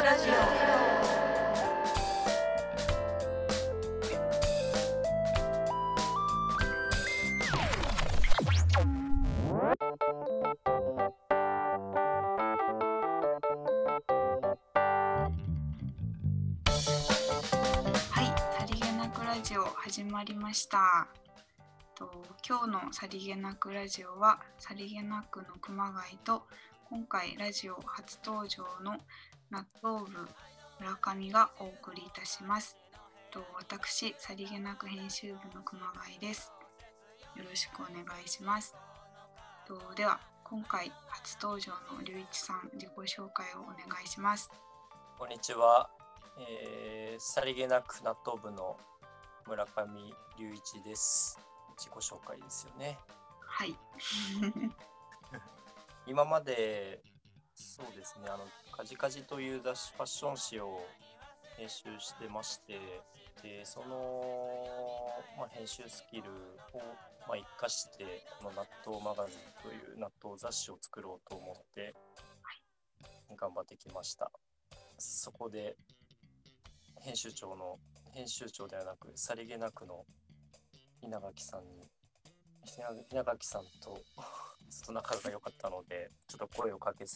ラジはい、さりげなくラジオ始まりました。今日のさりげなくラジオはさりげなくの熊谷と今回ラジオ初登場の納豆部村上がお送りいたします。私さりげなく編集部の熊谷です。よろしくお願いします。では今回初登場の龍一さん、自己紹介をお願いします。 こんにちは、さりげなく納豆部の村上龍一です。自己紹介ですよね。 はい今までそうですね、カジカジという雑誌ファッション誌を編集してまして、でその、編集スキルを、生かしてこの納豆マガジンという納豆雑誌を作ろうと思って頑張ってきました。そこで編集長ではなくさりげなくの稲垣さんとずっと仲が良かったので、ちょっと声をかけて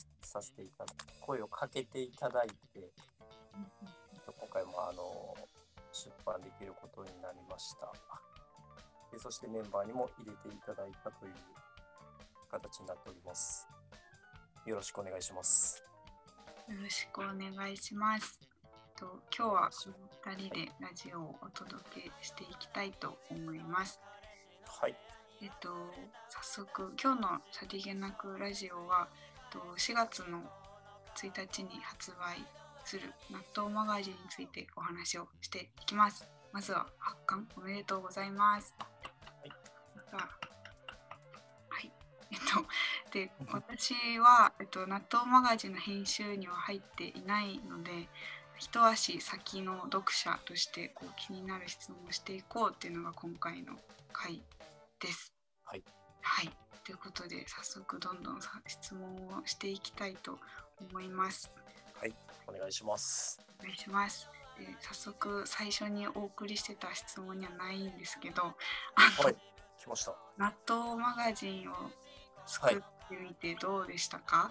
いただいて、今回も出版できることになりました。でそしてメンバーにも入れていただいたという形になっております。よろしくお願いします。 よろしくお願いします。今日はこの2人でラジオをお届けしていきたいと思います。 はい。 早速今日のさりげなくラジオは4月の1日に発売する納豆マガジンについてお話をしていきます。まずは発刊おめでとうございます。で私は、納豆マガジンの編集には入っていないので、一足先の読者として気になる質問をしていこうっていうのが今回の回です。 はい。 はい。ということで早速どんどん質問をしていきたいと思います。 はい。お願いします。 お願いします。早速最初にお送りしてた質問にはないんですけど、 はい。来ました。 納豆マガジンを作ってみてどうでしたか？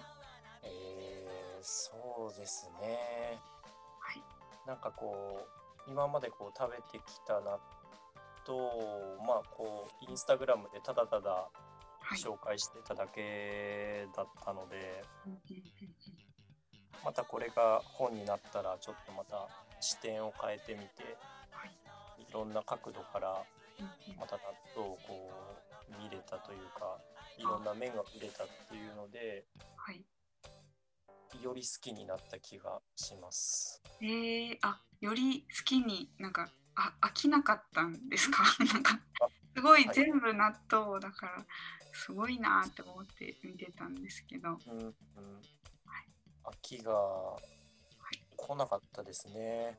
そうですね。 はい。 なんか今まで食べてきた納豆をインスタグラムでただただ紹介してただけだったので、またこれが本になったらちょっとまた視点を変えてみて、いろんな角度からまた納豆を見れたというか、いろんな面が見れたっていうので、より好きになった気がします。 より好きに飽きなかったんですか？すごい全部納豆だからすごいなって思って見てたんですけど、 飽きが来なかったですね。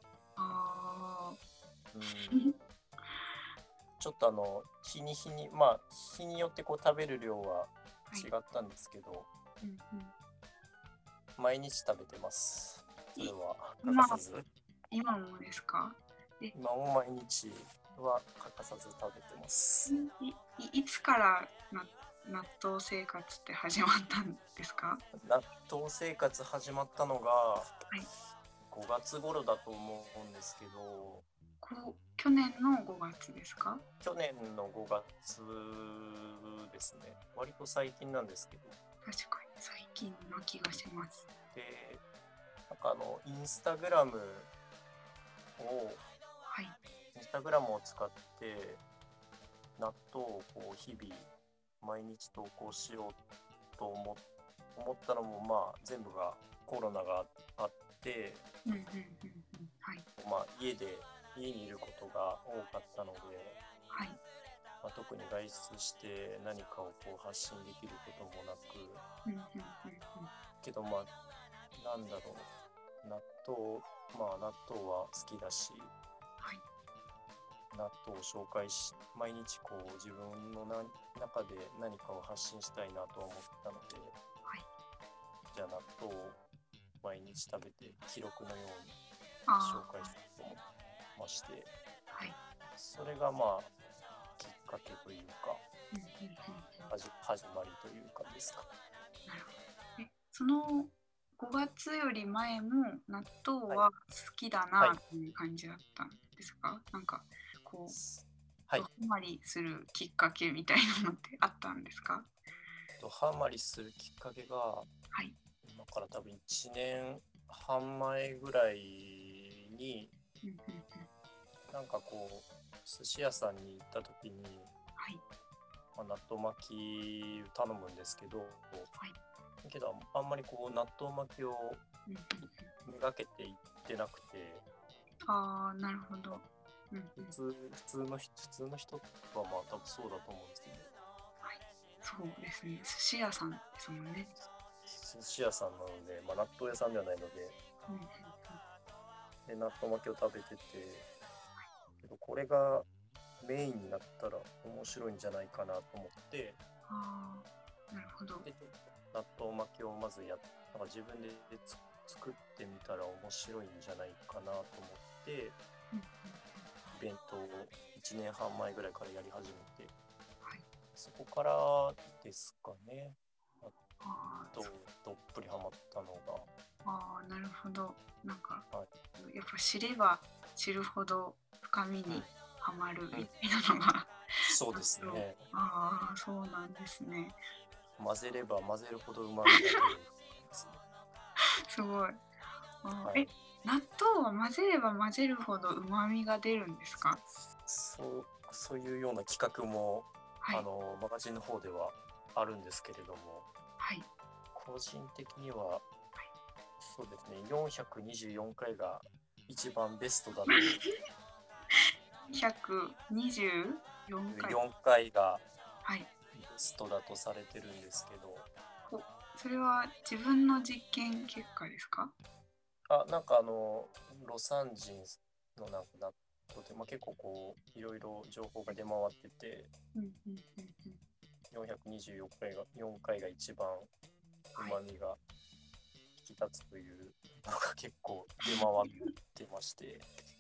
ちょっと日によって食べる量は違ったんですけど、毎日食べてます。それは欠かさず。 今もですか？ 今も毎日は欠かさず食べてます。 いつから納豆生活って始まったんですか？ 納豆生活始まったのが5月頃だと思うんですけど、 去年の5月ですか？ 去年の5月ですね。割と最近なんですけど。 確かに最近の気がします。 で、インスタグラムを使って納豆を日々毎日投稿しようと思ったのも全部がコロナがあって、家にいることが多かったので、特に外出して何かを発信できることもなく、けどなんだろう、納豆は好きだし、納豆を紹介し毎日自分の中で何かを発信したいなと思ったので、じゃあ納豆を毎日食べて記録のようにあ紹介したいと思ってまして、 はい。 それがまあきっかけというかうんうんうんうん。 始まりというかですか。 なるほど。その5月より前も納豆はいは好きだはいなっていう感じだったんですか？なんかこうはい。 ドハマりするきっかけみたいなのってあったんですか？ ドハマりするきっかけがはい。 今から多分1年半前ぐらいにうんうんうん。 なんかこう寿司屋さんに行った時に、 はい。 納豆巻きを頼むんですけど、 はい。 けどあんまりこう納豆巻きをうんうんうん。 めがけていってなくて、 ああ、なるほど。うんうん。 普通の人はまあ多分そうだと思うんですけど、 はい。そうですね。寿司屋さんですもんね。 寿司屋さんなので、納豆屋さんではないので、 うんうんうん。 で納豆巻きを食べてて、けどこれがメインになったら面白いんじゃないかなと思って、 ああ、なるほど。 で納豆巻きをまずなんか自分で作ってみたら面白いんじゃないかなと思ってうんうん。 イベントを1年半前ぐらいからやり始めて、 はい。 そこからですかね。 ああ、 どっぷりハマったのが、 ああ、なるほど。なんか、 はいやっぱ知れば知るほど深みにうんはまるうん、 みたいなのがそうです納豆。 ね。 ああ、そうなんですね。 混ぜれば混ぜるほどうまみが出るですね。 すごい。あー、 はい、 納豆は混ぜれば混ぜるほど旨味が出るんですか？ そういうような企画もはい。 マガジンの方ではあるんですけれども、 はい。 個人的にはそうですね、424回が一番ベストだと。 124回。 4回がはい。 ベストだとされてるんですけど、 それは自分の実験結果ですか？ なんかロサン人のなんか納豆で、結構こういろいろ情報が出回ってて、 うんうんうんうん。 4回が一番うはい。 まみが引き立つというのが結構出回ってまして、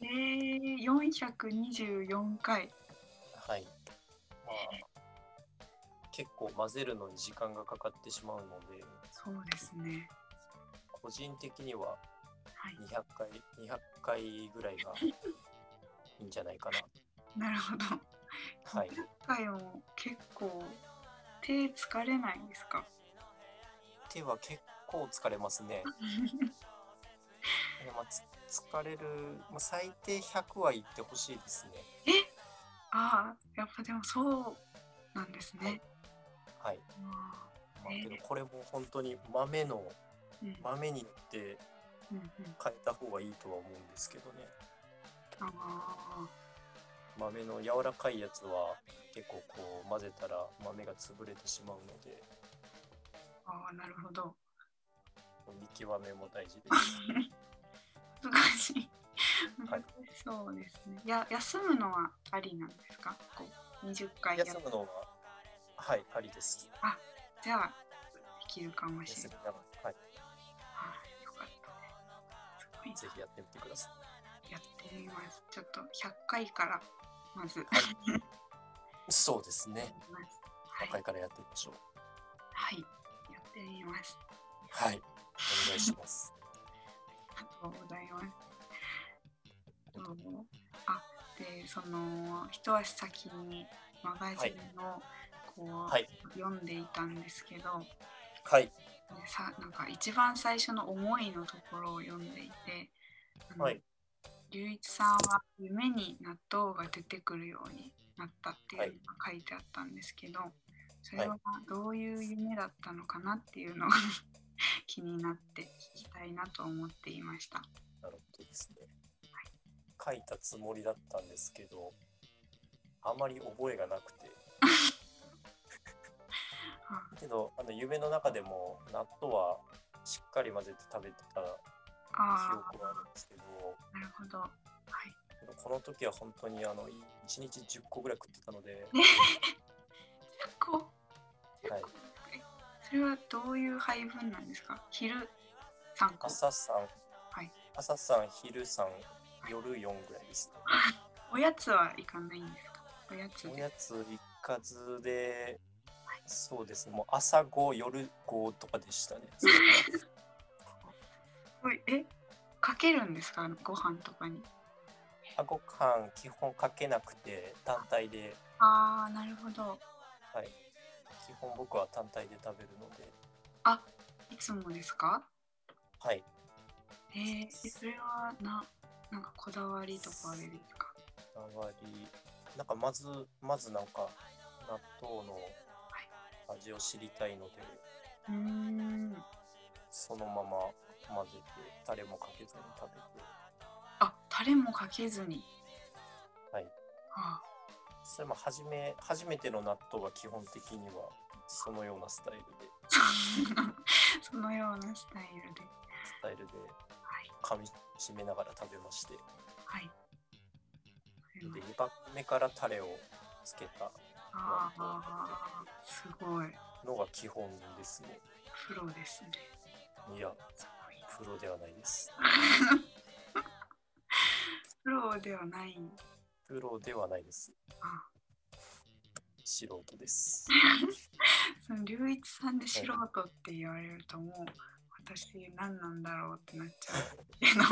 424回。 はい、まあ結構混ぜるのに時間がかかってしまうので、 そうですね。 個人的にははい。 200回ぐらいがいいんじゃないかな。 なるほど。 はい。 200回も結構手疲れないですか？ 手は結構疲れますね。疲れる、最低100はいってほしいですね。 え、ああ、やっぱでもそうなんですはい。 ね。 はい。 あけどこれも本当に豆うん、 によってうんうん。 変えた方がいいとは思うんですけどね。 ああ、 豆の柔らかいやつは結構こう混ぜたら豆が潰れてしまうので、 ああ、なるほど。 見極めも大事です。 難しい。難はい。 しそうですね。休むのはありなんですか？こう20回やっ休むのは、はい、ありです。 あ、じゃあできるかもしれない。 休みながら、はい、 はい、よかったです。すごいな。 ぜひやってみてくださやってみます。ちょっと100回からまずい。はい。そうですね。 やります。は 100 い、 回からやってみましょう。 はい、やってみます。 はい。お願いします。 ありがとうございます。そうあ、で、その一足先にマガジンをこはい。 う読んでいたんですけど、 はい。 なんか一番最初の思いのところを読んでいて、 はい。 龍一さんは夢に納豆が出てくるようになったっていうのが書いてあったんですけど、それはどういう夢だったのかなっていうのが気になって聞きたいなと思っていました。 なるほどですね。書いたつもりだったんですけど、あまり覚えがなくて。けど、夢の中でも納豆はしっかり混ぜて食べてた記憶があるんですけど、 なるほど。はい。 この時は本当に1日10個ぐらい食ってたので、 10個はい、 それはどういう配分なんですか？昼 3個。 朝3、 はい。 朝3、昼3、夜4ぐらいですね。 おやつはいかないんですか？おやつで。 おやつ一括で、そうですね。もう朝5、夜5とかでしたね。それがおい、かけるんですか？ご飯とかに。 ご飯基本かけなくて単体で、 ああ、なるほど。 はい。基本僕は単体で食べるので、 あ、いつもですか？ はい。 それはなんかこだわりとかあれですか？ あわり、なんかまずなんか納豆の味を知りたいので、 うーん。 そのまま混ぜて、タレもかけずに食べて、 あ、タレもかけずに。 はい。 あそれも初めての納豆は基本的にはそのようなスタイルで、 そのようなスタイルで。はい。 噛み締めながら食べまして、 はい。 で、2番目からタレをつけたああ、すごい。 のが基本ですね。 プロですね。 いや、 すごい。 プロではないです。 プロではない。 プロではないです。 あ、 素人です。 その龍一さんで素はい、 人って言われるともう私何なんだろうってなっちゃうけど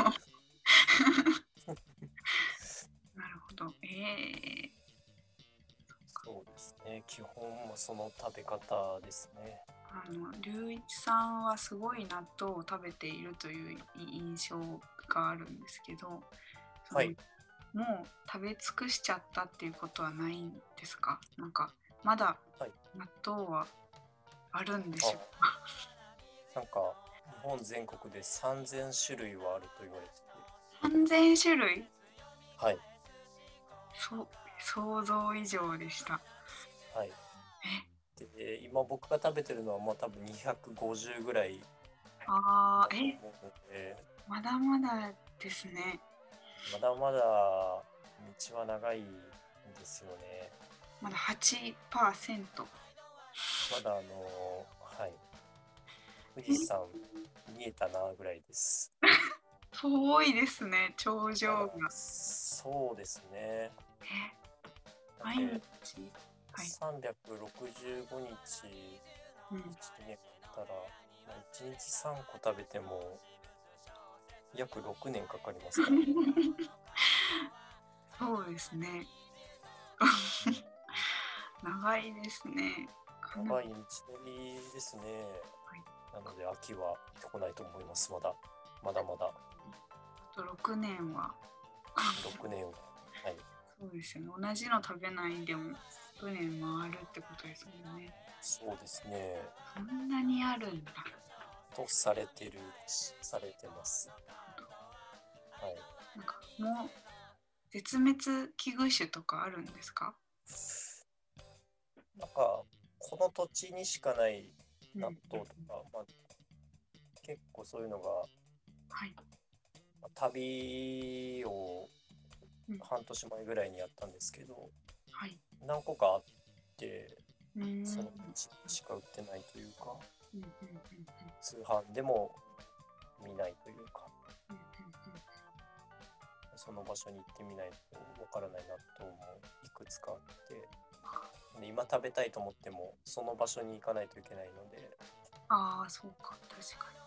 なるほど。 そうですね。基本はその食べ方ですね。 龍一さんはすごい納豆を食べているという印象があるんですけど、 はい。 もう食べ尽くしちゃったっていうことはないんですか？なんかまだはい。 納豆はあるんでしょうあ、なんか日本全国で3000種類はあると言われてて、 か？3000種類？ はい。 そう、想像以上でした。 はい。で、今僕が食べてるのは多分250ぐらいああ、 だと思うので、 まだまだですね。 まだまだ道は長いんですよね。 まだ8%。 まだはい。富士山見えたなぐらいです。 遠いですね、頂上が。 そうですね。なん毎で、 日。はい。 365日、 うん。 1年だったら、1日3個食べても約6年かかりますからね。 そうですね。長いですね。 長い道のりですね。 はい、 なので秋は来ないと思います。まだまだ。 あと6年は。 6年は。はい。 そうですよね。同じの食べないでも6年回るってことですもんね。 そうですね。 そんなにあるんだ。 とされてます。はい。 なんかもう絶滅危惧種とかあるんですか？ なんかこの土地にしかない納豆とか、結構そういうのが、 はい。 旅を半年前ぐらいにやったんですけど、 はい。 何個かあって、 うーん。 その土地にしか売ってないというか、 うんうんうん通販でも見ないというか、 うんその場所に行ってみないとわからない納豆もいくつかあって、で今食べたいと思ってもその場所に行かないといけないので、 ああ、そうか、確かに。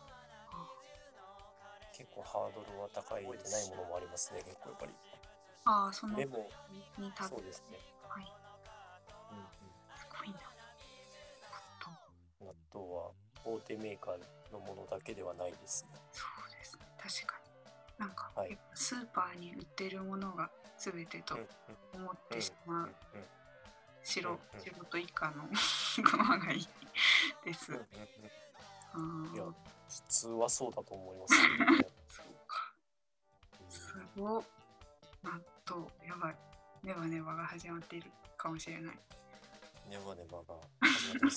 結構ハードルは高いでないものもありますね。結構やっぱりああ、そのでもに食べそうですね。 はい。 うんうん、 すごいな。 納豆は大手メーカーのものだけではないですね。 そうですね。確かに。なんか、 はい。 スーパーに売ってるものが全てと思ってしまう素人以下の熊谷です。 いや、普通はそうだと思いますね。 そうか。すごっ。納豆、やばい。ネバネバが始まっているかもしれない。 ネバネバが始まってます。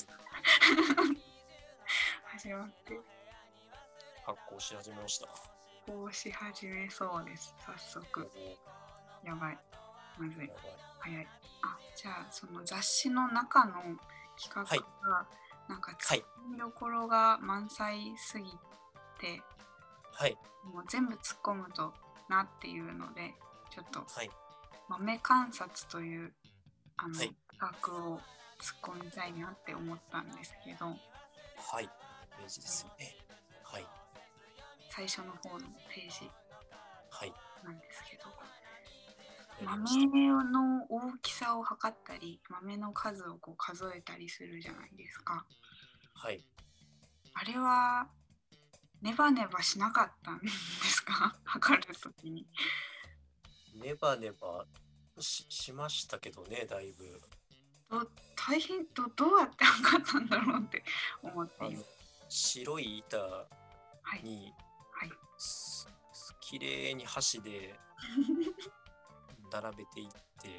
始まって発酵し始めました。 こうし始めそうです。早速。やばい。まずい。早い。あ、じゃあその雑誌の中の企画が、なんか突っ込みどころが満載すぎて、 はい。 もう全部突っ込むとなっていうので、ちょっとはい。 豆観察というはい。 企画を突っ込みたいなって思ったんですけど、 はい。ページですよね。はい。 最初の方のページはい。 なんですけど、 やりました。 豆の大きさを測ったり、豆の数をこう数えたりするじゃないですか。 はい。 あれはネバネバしなかったんですか？測るときに。 ネバネバしましたけどね、だいぶ。 大変どうやって測ったんだろうって思っています。 白い板はいにはい綺麗に箸で並べていって、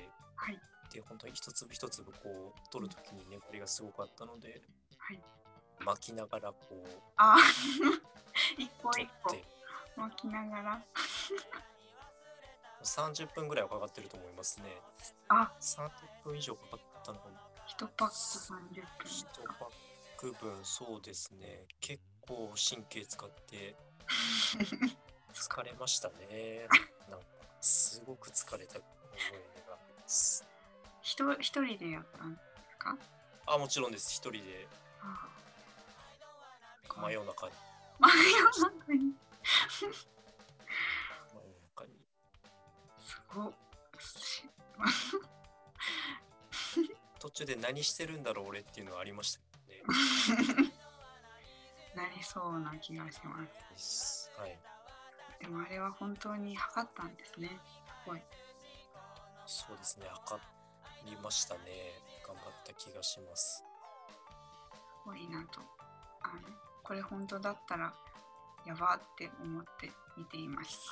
はいで本当に一粒一粒こう取るときに粘りがすごかったので、 はい。 巻きながらこうあ一個取一個って巻きながら。 30分ぐらいはかかってると思いますね。 あ、 30分以上かかったのかな。 1パック30分です 1 か？ パック分、そうですね。結構神経使って疲れましたね。なんかすごく疲れた覚えがあります。 一人でやったんですか？ あ、もちろんです。一人であ真夜中に。 真夜中に真夜中に。 すごっ。 途中で何してるんだろう俺っていうのはありましたけどね。 なりそうな気がしまはい。 す。でもあれは本当に測ったんですね。すごい。 そうですね。測りましたね。頑張った気がします。 すごいなと。これ本当だったらやばって思って見ていました。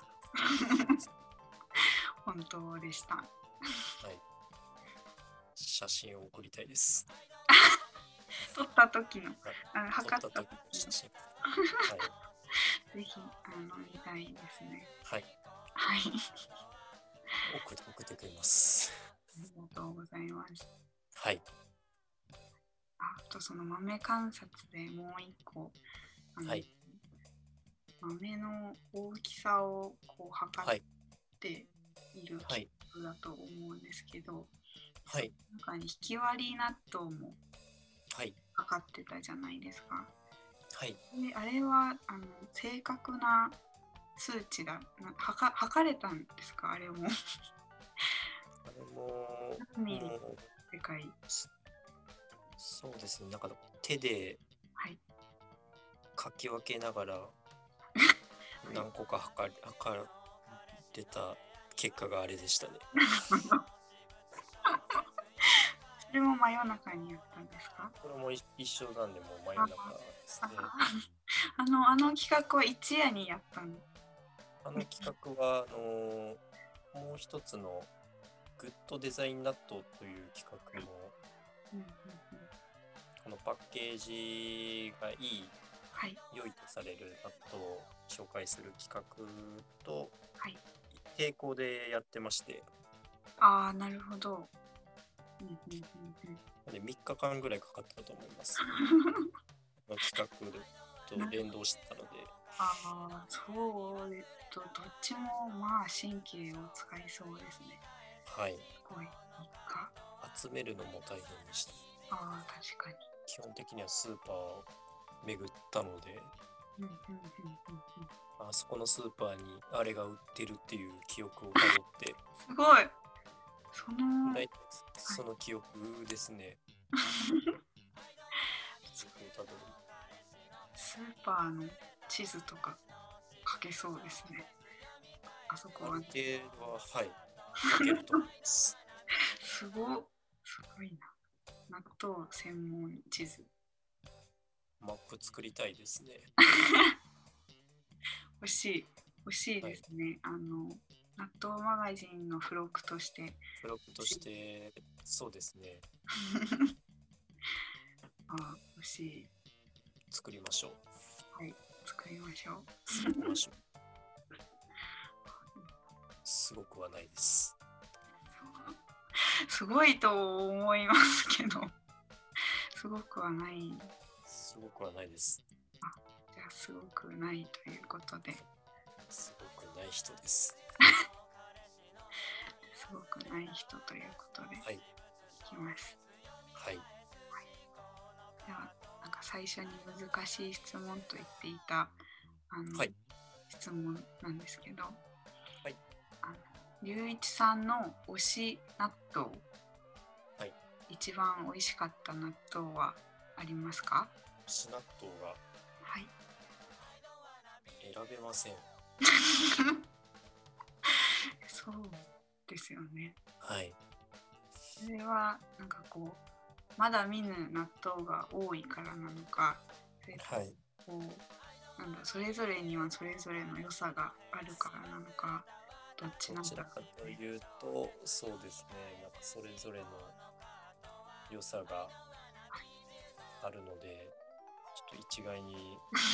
本当でした。 はい。写真を送りたいです。 撮った時の、 撮測ったった時の時の、 写真。はい。 ぜひ見たいですね。 はい。 はい。 送ってくれます。 ありがとうございます。 はい。 あとその豆観察でもう一個、 はい。 豆の大きさをこう測はい。 っているはい。 企画だと思うんですけど、 はい。 その中に引き割り納豆もはい。 測ってたじゃないですか。 はい。 であれは正確な数値測れたんですか？あれも。 あれも、 何ミリもう、 世界。 そうですね。なんか手ではい。 かき分けながら何個か測れた結果があれでしたね。 それも真夜中にやったんですか？ これも一緒なんで、もう真夜中ですね。 あの企画は一夜にやったの？ あの企画は、もう一つのグッドデザイン納豆という企画の、このパッケージがいい、 はい、 良いとされる納豆を紹介する企画とはい。 並行でやってまして、 ああ、なるほど。 で3日間ぐらいかかったと思います。この企画と連動してたので。 ああ、そうどっちもまあ神経を使いそうですね。 はい。 すごい。3日。 集めるのも大変でした。 ああ、確かに。 基本的にはスーパーを巡ったので、あそこのスーパーにあれが売ってるっていう記憶をたどって、 すごい。 その記憶ですね。 スーパーの地図とか書けそうですね。あそこは。 ある程度は、はい、書けると思います。 すごいな。納豆専門地図。 マップ作りたいですね。 欲しいですね。はい、納豆マガジンの付録として。 そうですね。 欲しい。 作りましょう。 はい、作りましょう。 すごくはないです。 すごいと思いますけど、すごくはない。 すごくはないです。 じゃあすごくないということで。 すごくない人です。 すごくない人ということで、 はい。 いきます。 はい。 では、なんか最初に難しい質問と言っていたはい。 質問なんですけど、 はい。 龍一さんの推し納豆、 はい。 一番美味しかった納豆はありますか？ 推し納豆がはい。 選べません。 そうですよね。 はい。 それはなんかこうまだ見ぬ納豆が多いからなのか、それとはい。 こうなんだそれぞれにはそれぞれの良さがあるからなのか、どっちどなんだろちらかとうね。 いうと、そうですね。なんかそれぞれの良さがあるので、ちょっと一概に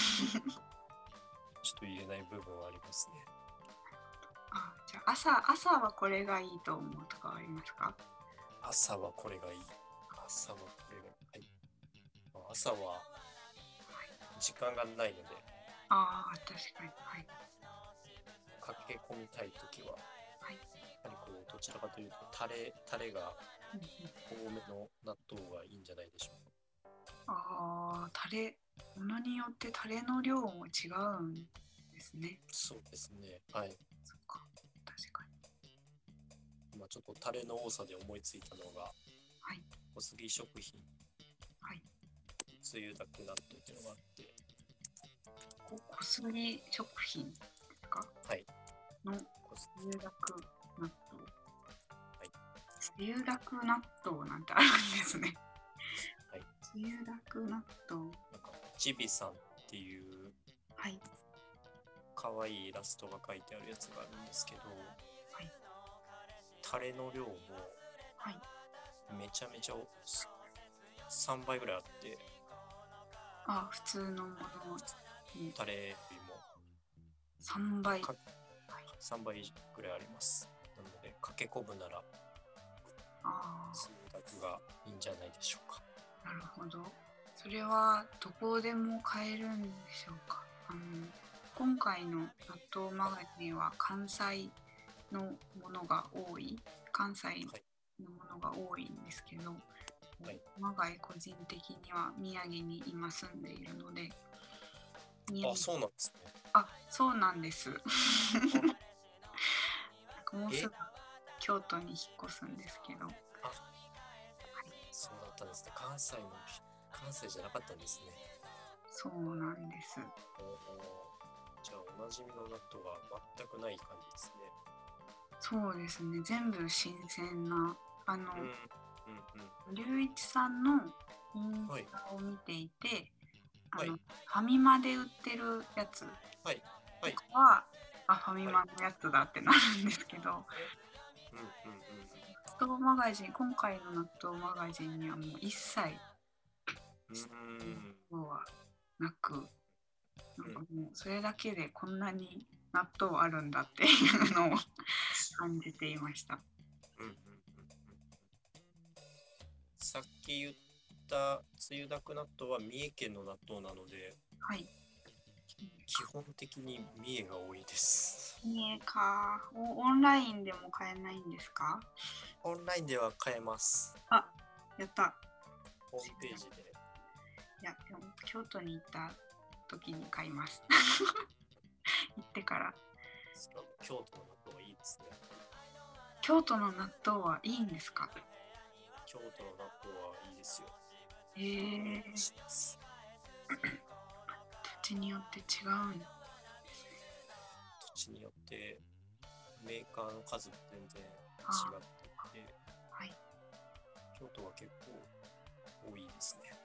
ちょっと言えない部分はありますね。 じゃあ朝はこれがいいと思うとかはありますか？ 朝はこれがいい。朝はこれがいい。はい。朝は時間がないので、 確かに。はい。 駆け込みたいときは、 はい。 やはりこうどちらかというとタレが多めの納豆がいいんじゃないでしょうか。 タレ、ものによってタレの量も違うんですね。 そうですね。はい。 そっか、確かに。 今ちょっとタレの多さで思いついたのが、 はい。 小杉食品、 はい。 つゆだく納豆っていうのがあって、 小杉食品ですか？ はい。 の小杉つゆだく納豆。 はい。 つゆだく納豆なんてあるんですね。 はい。 つゆだく納豆。 なんかちびさんっていうはい。 可愛いイラストが描いてあるやつがあるんですけど、 はい。 タレの量もはい。 めちゃめちゃ3倍ぐらいあって、 普通のものにタレよりも 3倍。 3倍ぐらいあります。なので駆け込むならつゆだくがいいんじゃないでしょうか。 なるほど。それはどこでも買えるんでしょうか？今回の納豆マガジンは関西のものが多い、関西のものが多いんですけど、 はい、 我が家個人的には宮城に今住んでいるので、 そうなんですね。 そうなんです。もうすぐ京都に引っ越すんですけど。 そうだったんですね。関西じゃなかったんですね。 そうなんです。 じゃあおなじみの納豆が全くない感じですね。 そうですね。全部新鮮な龍一さんのインスタを見ていて、ファミマで売ってるやつは、ファミマのやつだってなるんですけど、納豆マガジン、今回の納豆マガジンにはもう一切そうはなく、なんかもうそれだけでこんなに納豆あるんだっていうのを感じていました。 さっき言ったつゆだく納豆は三重県の納豆なので、 はい、 基本的に三重が多いです。 三重か。オンラインでも買えないんですか？ オンラインでは買えます。 やった。 ホームページで。 いや、でも京都に行った時に買います。行ってから。 京都の納豆はいいですね。 京都の納豆はいいんですか？ 京都の納豆はいいですよ。 土地によって違うんですね。 土地によってメーカーの数も全然違っていて、京都は結構多いですね。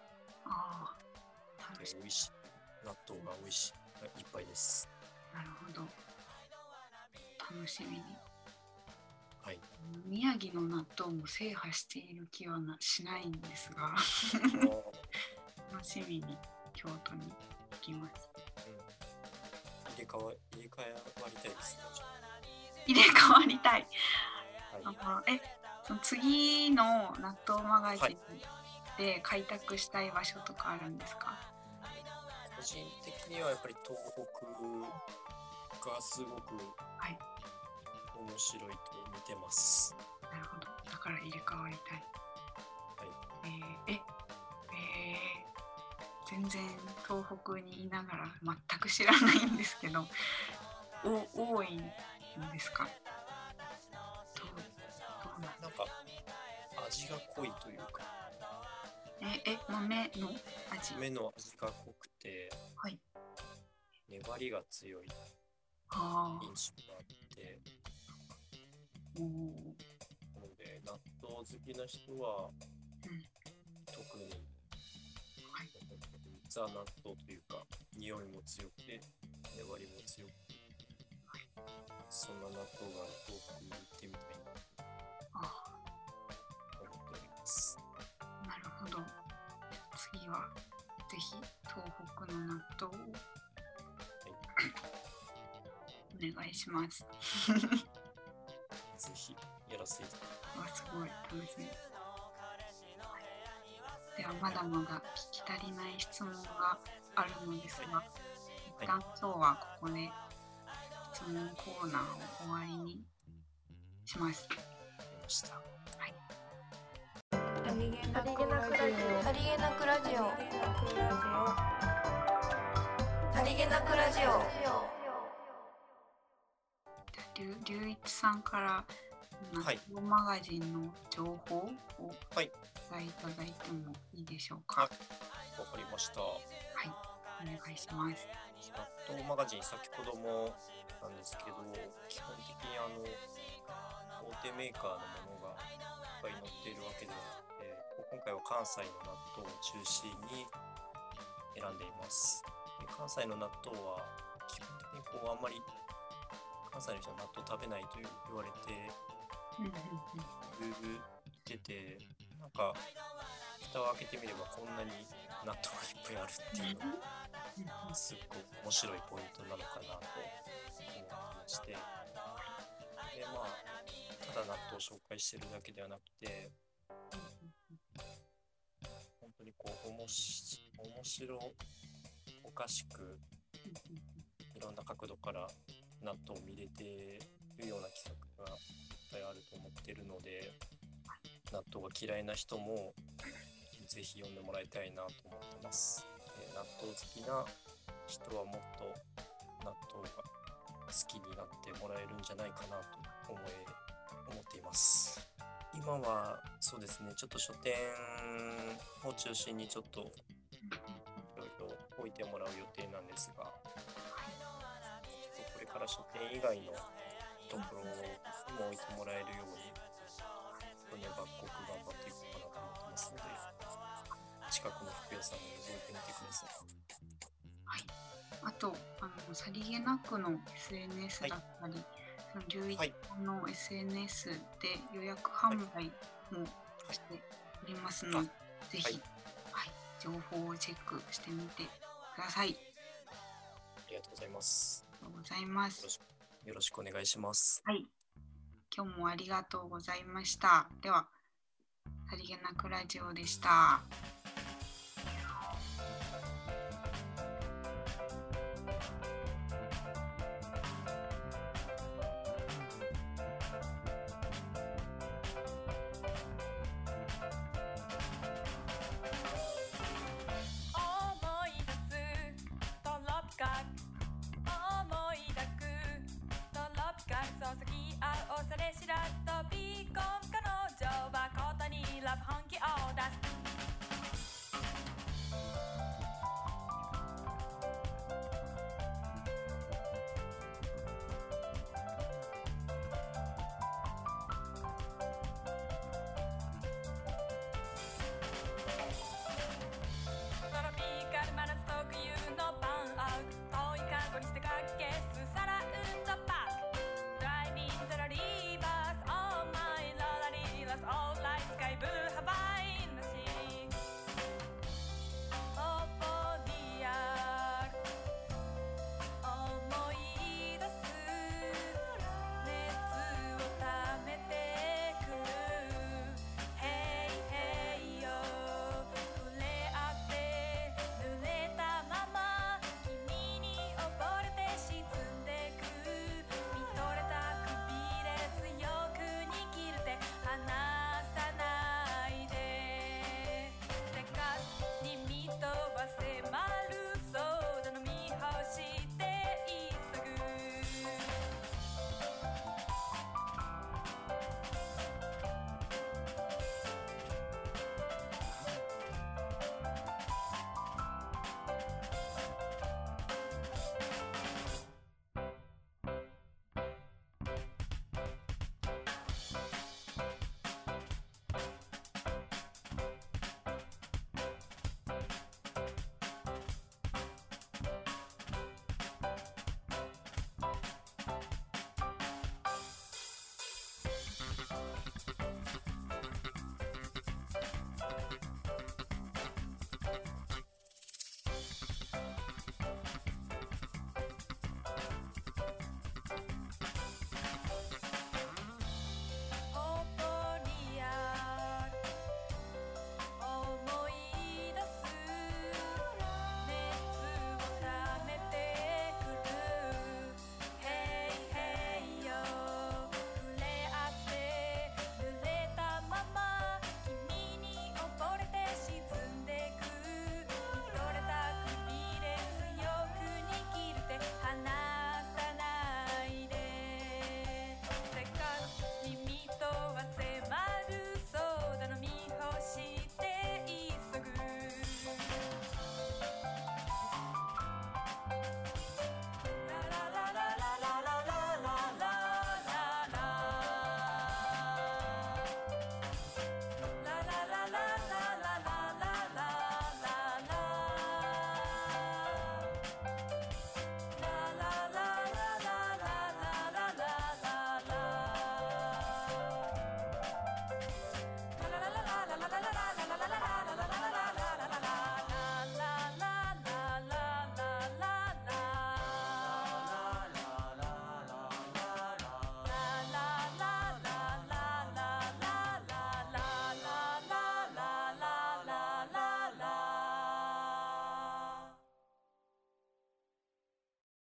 美味しい納豆が美味しいいっぱいです。 なるほど。楽しみに。 はい。 宮城の納豆も制覇している気はしないんですが楽しみに京都に行きます。 入れ替わりたいですね。 入れ替わりたい。その次の納豆マガジンで開拓したい場所とかあるんですか？ 個人的にはやっぱり東北がすごくはい。 面白いと見てます。 なるほど。だから入れ替わりたい。 はい。 全然東北にいながら全く知らないんですけど、多いんですか？どうなんなんか味が濃いというか、 豆の味。 豆の味が濃くて、 はい。 粘りが強いあ印象があって、 あ。 なので納豆好きな人は、特に、 はい、 ザ納豆というか匂いも強くて粘りも強くて、そんな納豆が東北に行ってみたいなと思っております。 なるほど。次はぜひ東北の納豆を、お願いします。 ぜひやらせていただきます。 すごい楽しみ。ではまだまだ聞き足りない質問があるのですが、一旦今日はここで質問コーナーを終わりにします。はい。 さりげなくラジオ。さりげなくラジオ。さりげなくラジオ。 龍一さんから納豆マガジンの情報をお伝えいただいてもいいでしょうか？ わかりました。 はい、お願いします。 納豆マガジン、先ほどもなんですけど、基本的に大手メーカーのものがいっぱい載っているわけではなくて、今回は関西の納豆を中心に選んでいます。で関西の納豆は基本的にあんまり関西の人は納豆食べないと言われていてて、なんか蓋を開けてみればこんなに納豆がいっぱいあるっていうのがすごく面白いポイントなのかなと思ってまして、でただ納豆を紹介してるだけではなくて、本当に面白おかしくいろんな角度から納豆を見れているような企画がいっぱいあると思っているので、納豆が嫌いな人もぜひ読んでもらいたいなと思ってます。納豆好きな人はもっと納豆が好きになってもらえるんじゃないかなと思っています。今はそうですね、ちょっと書店を中心にちょっといろいろ置いてもらう予定なんですが、これから書店以外のところにも置いてもらえるように、抜国頑張っていこうかなと思ってますので、近くの服屋さんに覗いてみてください。 はい。あとさりげなくの SNS だったり、その龍一さんの SNS で予約販売もしておりますので、ぜひ、情報をチェックしてみてください。 ありがとうございます。 ありがとうございます。 よろしくお願いします。 はい。今日もありがとうございました。では、さりげなくラジオでした。